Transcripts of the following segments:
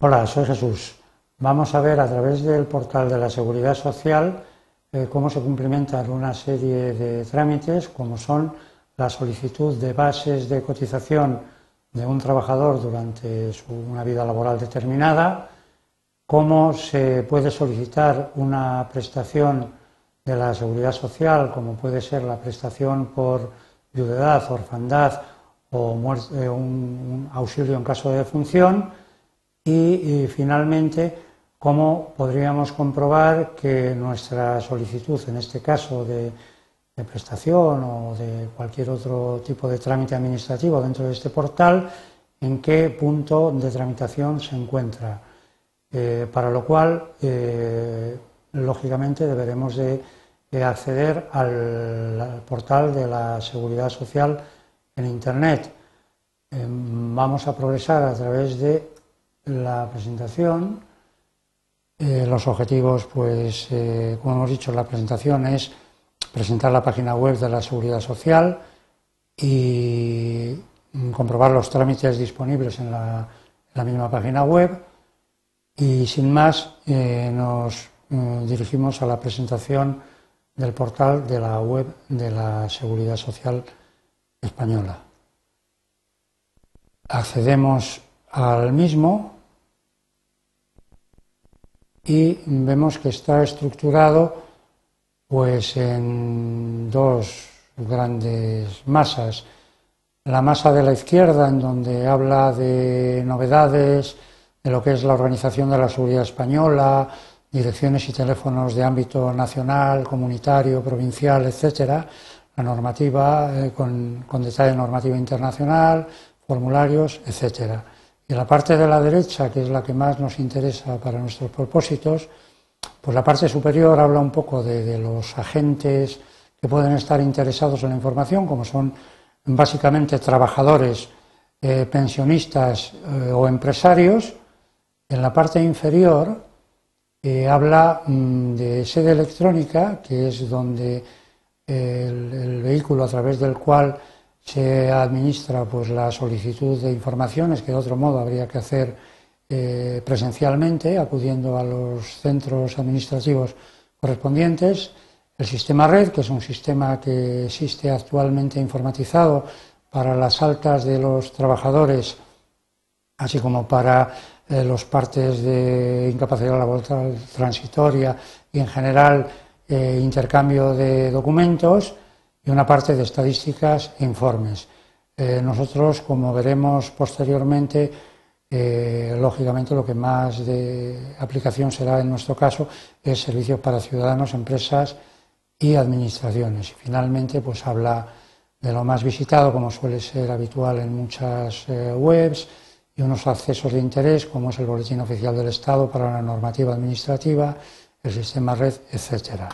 Hola, soy Jesús. Vamos a ver a través del portal de la Seguridad Social cómo se cumplimentan una serie de trámites, como son la solicitud de bases de cotización de un trabajador durante una vida laboral determinada, cómo se puede solicitar una prestación de la Seguridad Social, como puede ser la prestación por viudedad, orfandad o un auxilio en caso de defunción, y finalmente cómo podríamos comprobar que nuestra solicitud, en este caso de prestación o de cualquier otro tipo de trámite administrativo dentro de este portal, en qué punto de tramitación se encuentra. Para lo cual, lógicamente, deberemos de acceder al portal de la Seguridad Social en Internet. Vamos a progresar a través de la presentación. Los objetivos, pues, como hemos dicho, la presentación es presentar la página web de la Seguridad Social y comprobar los trámites disponibles en la misma página web. Y sin más, nos dirigimos a la presentación del portal de la web de la Seguridad Social española. Accedemos al mismo y vemos que está estructurado pues en dos grandes masas. La masa de la izquierda, en donde habla de novedades, de lo que es la organización de la seguridad española, direcciones y teléfonos de ámbito nacional, comunitario, provincial, etcétera, la normativa con detalle normativa internacional, formularios, etcétera. Y la parte de la derecha, que es la que más nos interesa para nuestros propósitos, pues la parte superior habla un poco de los agentes que pueden estar interesados en la información, como son básicamente trabajadores, pensionistas o empresarios. En la parte inferior habla de sede electrónica, que es donde el vehículo a través del cual se administra pues la solicitud de informaciones, que de otro modo habría que hacer presencialmente, acudiendo a los centros administrativos correspondientes. El sistema red, que es un sistema que existe actualmente informatizado para las altas de los trabajadores, así como para los partes de incapacidad laboral transitoria y en general intercambio de documentos, y una parte de estadísticas e informes. Nosotros, como veremos posteriormente, lógicamente lo que más de aplicación será en nuestro caso es servicios para ciudadanos, empresas y administraciones. Y finalmente pues habla de lo más visitado, como suele ser habitual en muchas webs, y unos accesos de interés, como es el Boletín Oficial del Estado para la normativa administrativa, el sistema red, etcétera.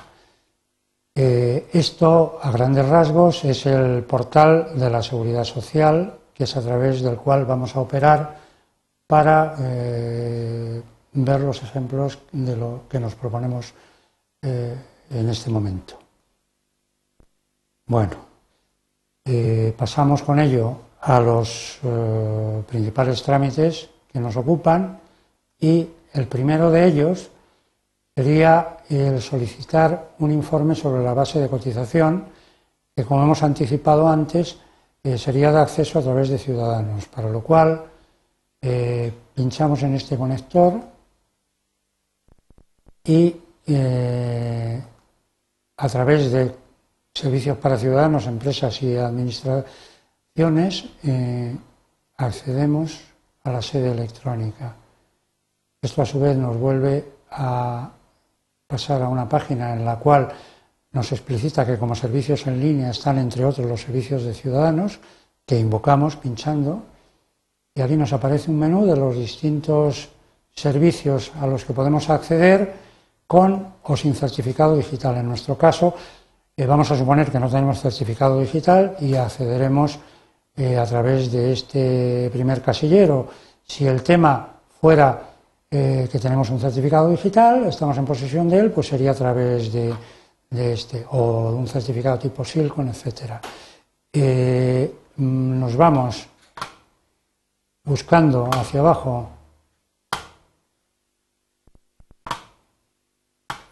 Esto, a grandes rasgos, es el portal de la Seguridad Social, que es a través del cual vamos a operar para ver los ejemplos de lo que nos proponemos en este momento. Bueno, pasamos con ello a los principales trámites que nos ocupan, y el primero de ellos sería el solicitar un informe sobre la base de cotización, que, como hemos anticipado antes, sería de acceso a través de Ciudadanos, para lo cual pinchamos en este conector y a través de servicios para ciudadanos, empresas y administraciones accedemos a la sede electrónica. Esto a su vez nos vuelve a pasar a una página en la cual nos explicita que como servicios en línea están, entre otros, los servicios de ciudadanos, que invocamos pinchando, y aquí nos aparece un menú de los distintos servicios a los que podemos acceder con o sin certificado digital. En nuestro caso, vamos a suponer que no tenemos certificado digital y accederemos a través de este primer casillero. Si el tema fuera que tenemos un certificado digital, estamos en posesión de él, pues sería a través de este, o un certificado tipo Silcon, etcétera. Nos vamos buscando hacia abajo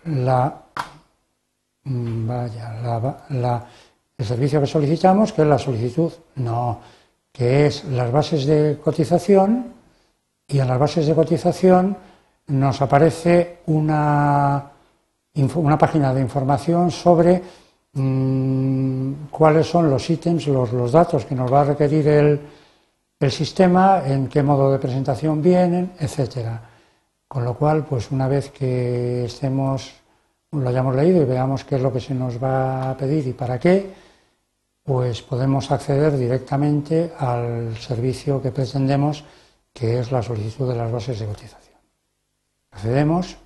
el servicio que solicitamos, que es la solicitud, no, que es las bases de cotización, y en las bases de cotización nos aparece una página de información sobre cuáles son los ítems, los datos que nos va a requerir el sistema, en qué modo de presentación vienen, etcétera. Con lo cual, pues una vez que lo hayamos leído y veamos qué es lo que se nos va a pedir y para qué, pues podemos acceder directamente al servicio que pretendemos, que es la solicitud de las bases de cotización. Accedemos,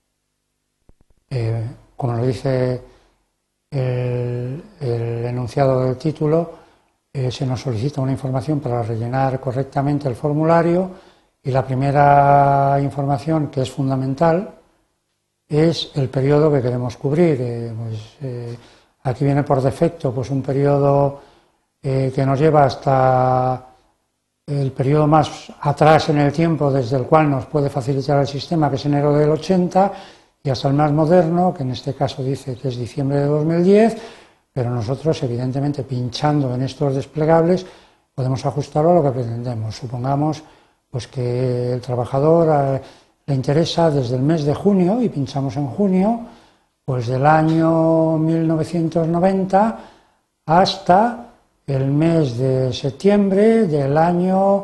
como lo dice el enunciado del título, se nos solicita una información para rellenar correctamente el formulario, y la primera información, que es fundamental, es el periodo que queremos cubrir. Aquí viene por defecto pues un periodo que nos lleva hasta el periodo más atrás en el tiempo, desde el cual nos puede facilitar el sistema, que es enero del 80, y hasta el más moderno, que en este caso dice que es diciembre de 2010, pero nosotros, evidentemente, pinchando en estos desplegables, podemos ajustarlo a lo que pretendemos. Supongamos pues que el trabajador le interesa desde el mes de junio, y pinchamos en junio, pues del año 1990 hasta el mes de septiembre del año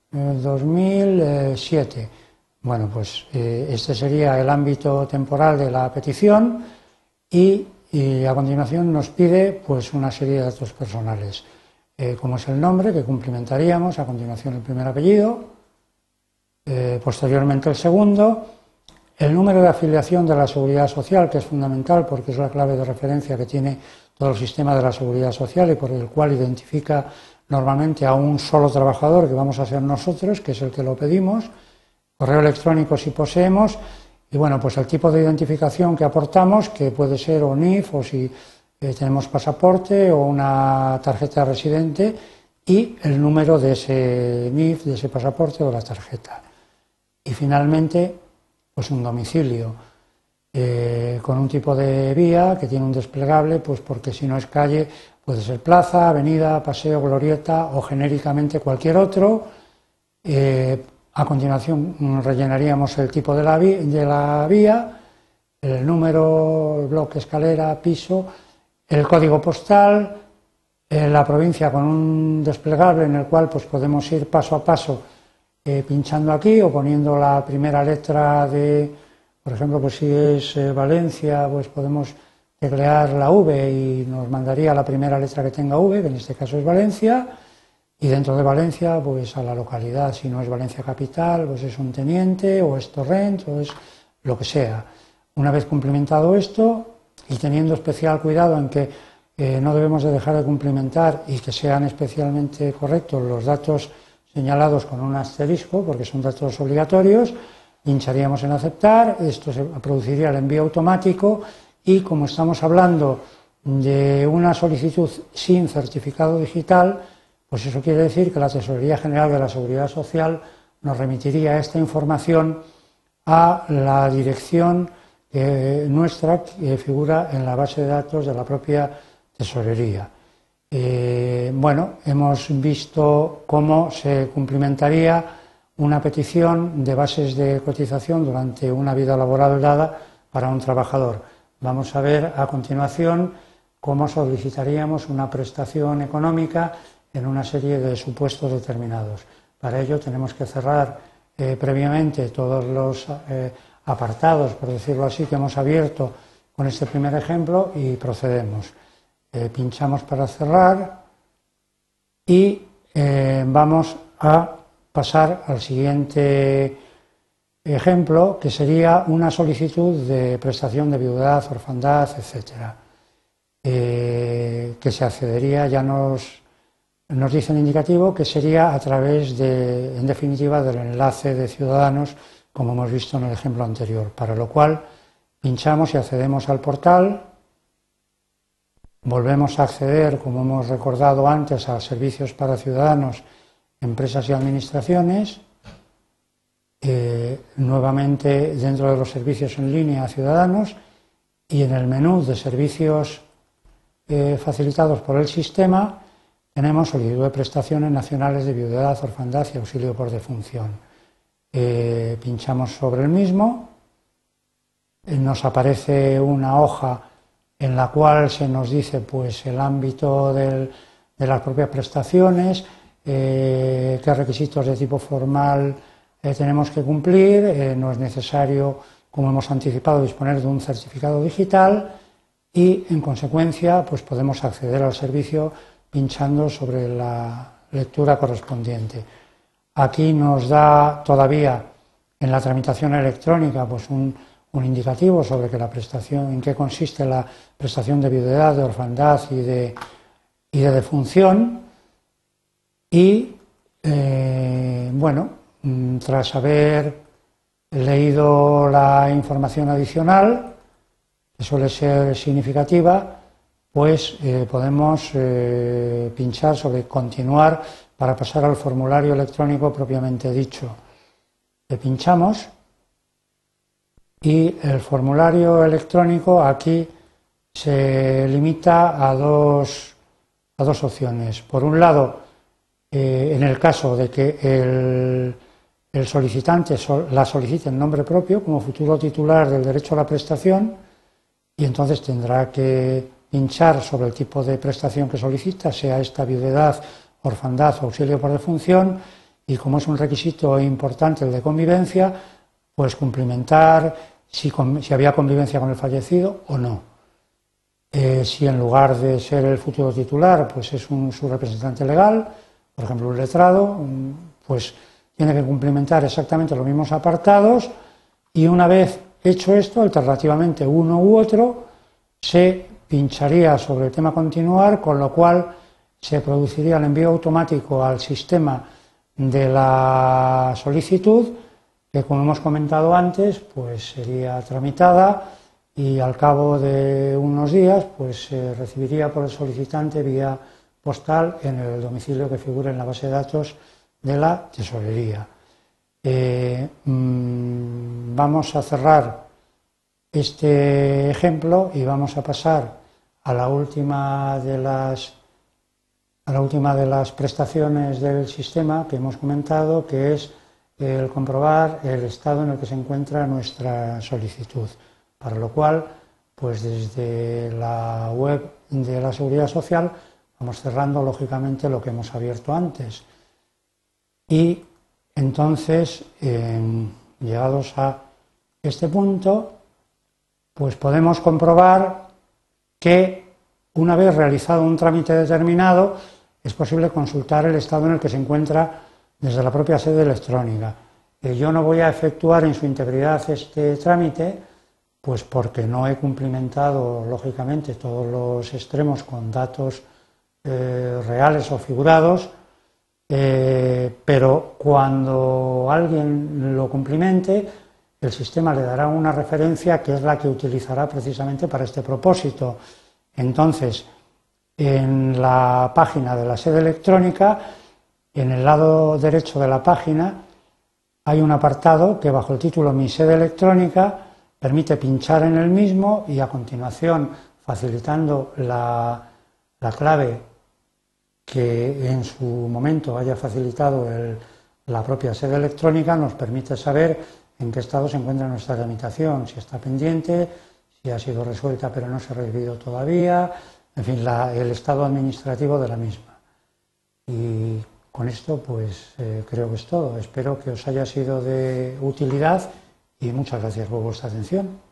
2007. Bueno, pues este sería el ámbito temporal de la petición, y a continuación nos pide pues una serie de datos personales, como es el nombre, que cumplimentaríamos, a continuación el primer apellido, posteriormente el segundo, el número de afiliación de la Seguridad Social, que es fundamental porque es la clave de referencia que tiene todo el sistema de la Seguridad Social y por el cual identifica normalmente a un solo trabajador, que vamos a ser nosotros, que es el que lo pedimos, correo electrónico si poseemos, y bueno, pues el tipo de identificación que aportamos, que puede ser o NIF, o si tenemos pasaporte o una tarjeta residente, y el número de ese NIF, de ese pasaporte o la tarjeta. Y finalmente, pues un domicilio con un tipo de vía que tiene un desplegable, pues porque si no es calle, puede ser plaza, avenida, paseo, glorieta o genéricamente cualquier otro. A continuación rellenaríamos el tipo de la vía, el número, bloque, escalera, piso, el código postal, la provincia con un desplegable en el cual pues podemos ir paso a paso pinchando aquí o poniendo la primera letra de, por ejemplo, pues si es Valencia, pues podemos teclear la V y nos mandaría la primera letra que tenga V, que en este caso es Valencia, y dentro de Valencia pues a la localidad, si no es Valencia capital, pues es un teniente o es Torrent o es lo que sea. Una vez cumplimentado esto, y teniendo especial cuidado en que no debemos de dejar de cumplimentar y que sean especialmente correctos los datos señalados con un asterisco, porque son datos obligatorios, pincharíamos en aceptar, esto se produciría el envío automático, y como estamos hablando de una solicitud sin certificado digital, pues eso quiere decir que la Tesorería General de la Seguridad Social nos remitiría esta información a la dirección nuestra, que figura en la base de datos de la propia Tesorería. Bueno, hemos visto cómo se cumplimentaría una petición de bases de cotización durante una vida laboral dada para un trabajador. Vamos a ver a continuación cómo solicitaríamos una prestación económica en una serie de supuestos determinados. Para ello tenemos que cerrar previamente todos los apartados, por decirlo así, que hemos abierto con este primer ejemplo, y procedemos. Pinchamos para cerrar y vamos a pasar al siguiente ejemplo, que sería una solicitud de prestación de viudedad, orfandad, etcétera, que se accedería, ya nos dice el indicativo, que sería a través de, en definitiva, del enlace de Ciudadanos, como hemos visto en el ejemplo anterior, para lo cual pinchamos y accedemos al portal. Volvemos a acceder, como hemos recordado antes, a servicios para ciudadanos, empresas y administraciones. Nuevamente dentro de los servicios en línea a ciudadanos, y en el menú de servicios facilitados por el sistema tenemos solicitud de prestaciones nacionales de viudedad, orfandad y auxilio por defunción. Pinchamos sobre el mismo, nos aparece una hoja en la cual se nos dice pues el ámbito de las propias prestaciones, qué requisitos de tipo formal tenemos que cumplir, no es necesario, como hemos anticipado, disponer de un certificado digital y en consecuencia pues podemos acceder al servicio pinchando sobre la lectura correspondiente. Aquí nos da todavía en la tramitación electrónica pues un indicativo sobre que la prestación, en qué consiste la prestación de viudedad, de orfandad y de defunción. Y bueno, tras haber leído la información adicional, que suele ser significativa, pues podemos pinchar sobre continuar para pasar al formulario electrónico propiamente dicho. Le pinchamos y el formulario electrónico aquí se limita a dos opciones. Por un lado, en el caso de que el solicitante la solicite en nombre propio como futuro titular del derecho a la prestación, y entonces tendrá que pinchar sobre el tipo de prestación que solicita, sea esta viudedad, orfandad o auxilio por defunción, y como es un requisito importante el de convivencia, pues cumplimentar si había convivencia con el fallecido o no. Si en lugar de ser el futuro titular, pues es su representante legal, por ejemplo un letrado, pues tiene que cumplimentar exactamente los mismos apartados, y una vez hecho esto, alternativamente uno u otro, se pincharía sobre el tema continuar, con lo cual se produciría el envío automático al sistema de la solicitud, que como hemos comentado antes, pues sería tramitada y al cabo de unos días pues se recibiría por el solicitante vía postal en el domicilio que figura en la base de datos de la tesorería. Vamos a cerrar este ejemplo y vamos a pasar a la última de las prestaciones del sistema que hemos comentado, que es el comprobar el estado en el que se encuentra nuestra solicitud, para lo cual, pues desde la web de la Seguridad Social vamos cerrando lógicamente lo que hemos abierto antes. Y entonces, llegados a este punto, pues podemos comprobar que una vez realizado un trámite determinado, es posible consultar el estado en el que se encuentra desde la propia sede electrónica. Yo no voy a efectuar en su integridad este trámite, pues porque no he cumplimentado, lógicamente, todos los extremos con datos reales o figurados, pero cuando alguien lo cumplimente, el sistema le dará una referencia que es la que utilizará precisamente para este propósito. Entonces, en la página de la sede electrónica, en el lado derecho de la página, hay un apartado que bajo el título Mi sede electrónica permite pinchar en el mismo y a continuación, facilitando la clave que en su momento haya facilitado la propia sede electrónica, nos permite saber en qué estado se encuentra nuestra tramitación, si está pendiente, si ha sido resuelta pero no se ha recibido todavía, en fin, el estado administrativo de la misma. Y con esto pues creo que es todo. Espero que os haya sido de utilidad y muchas gracias por vuestra atención.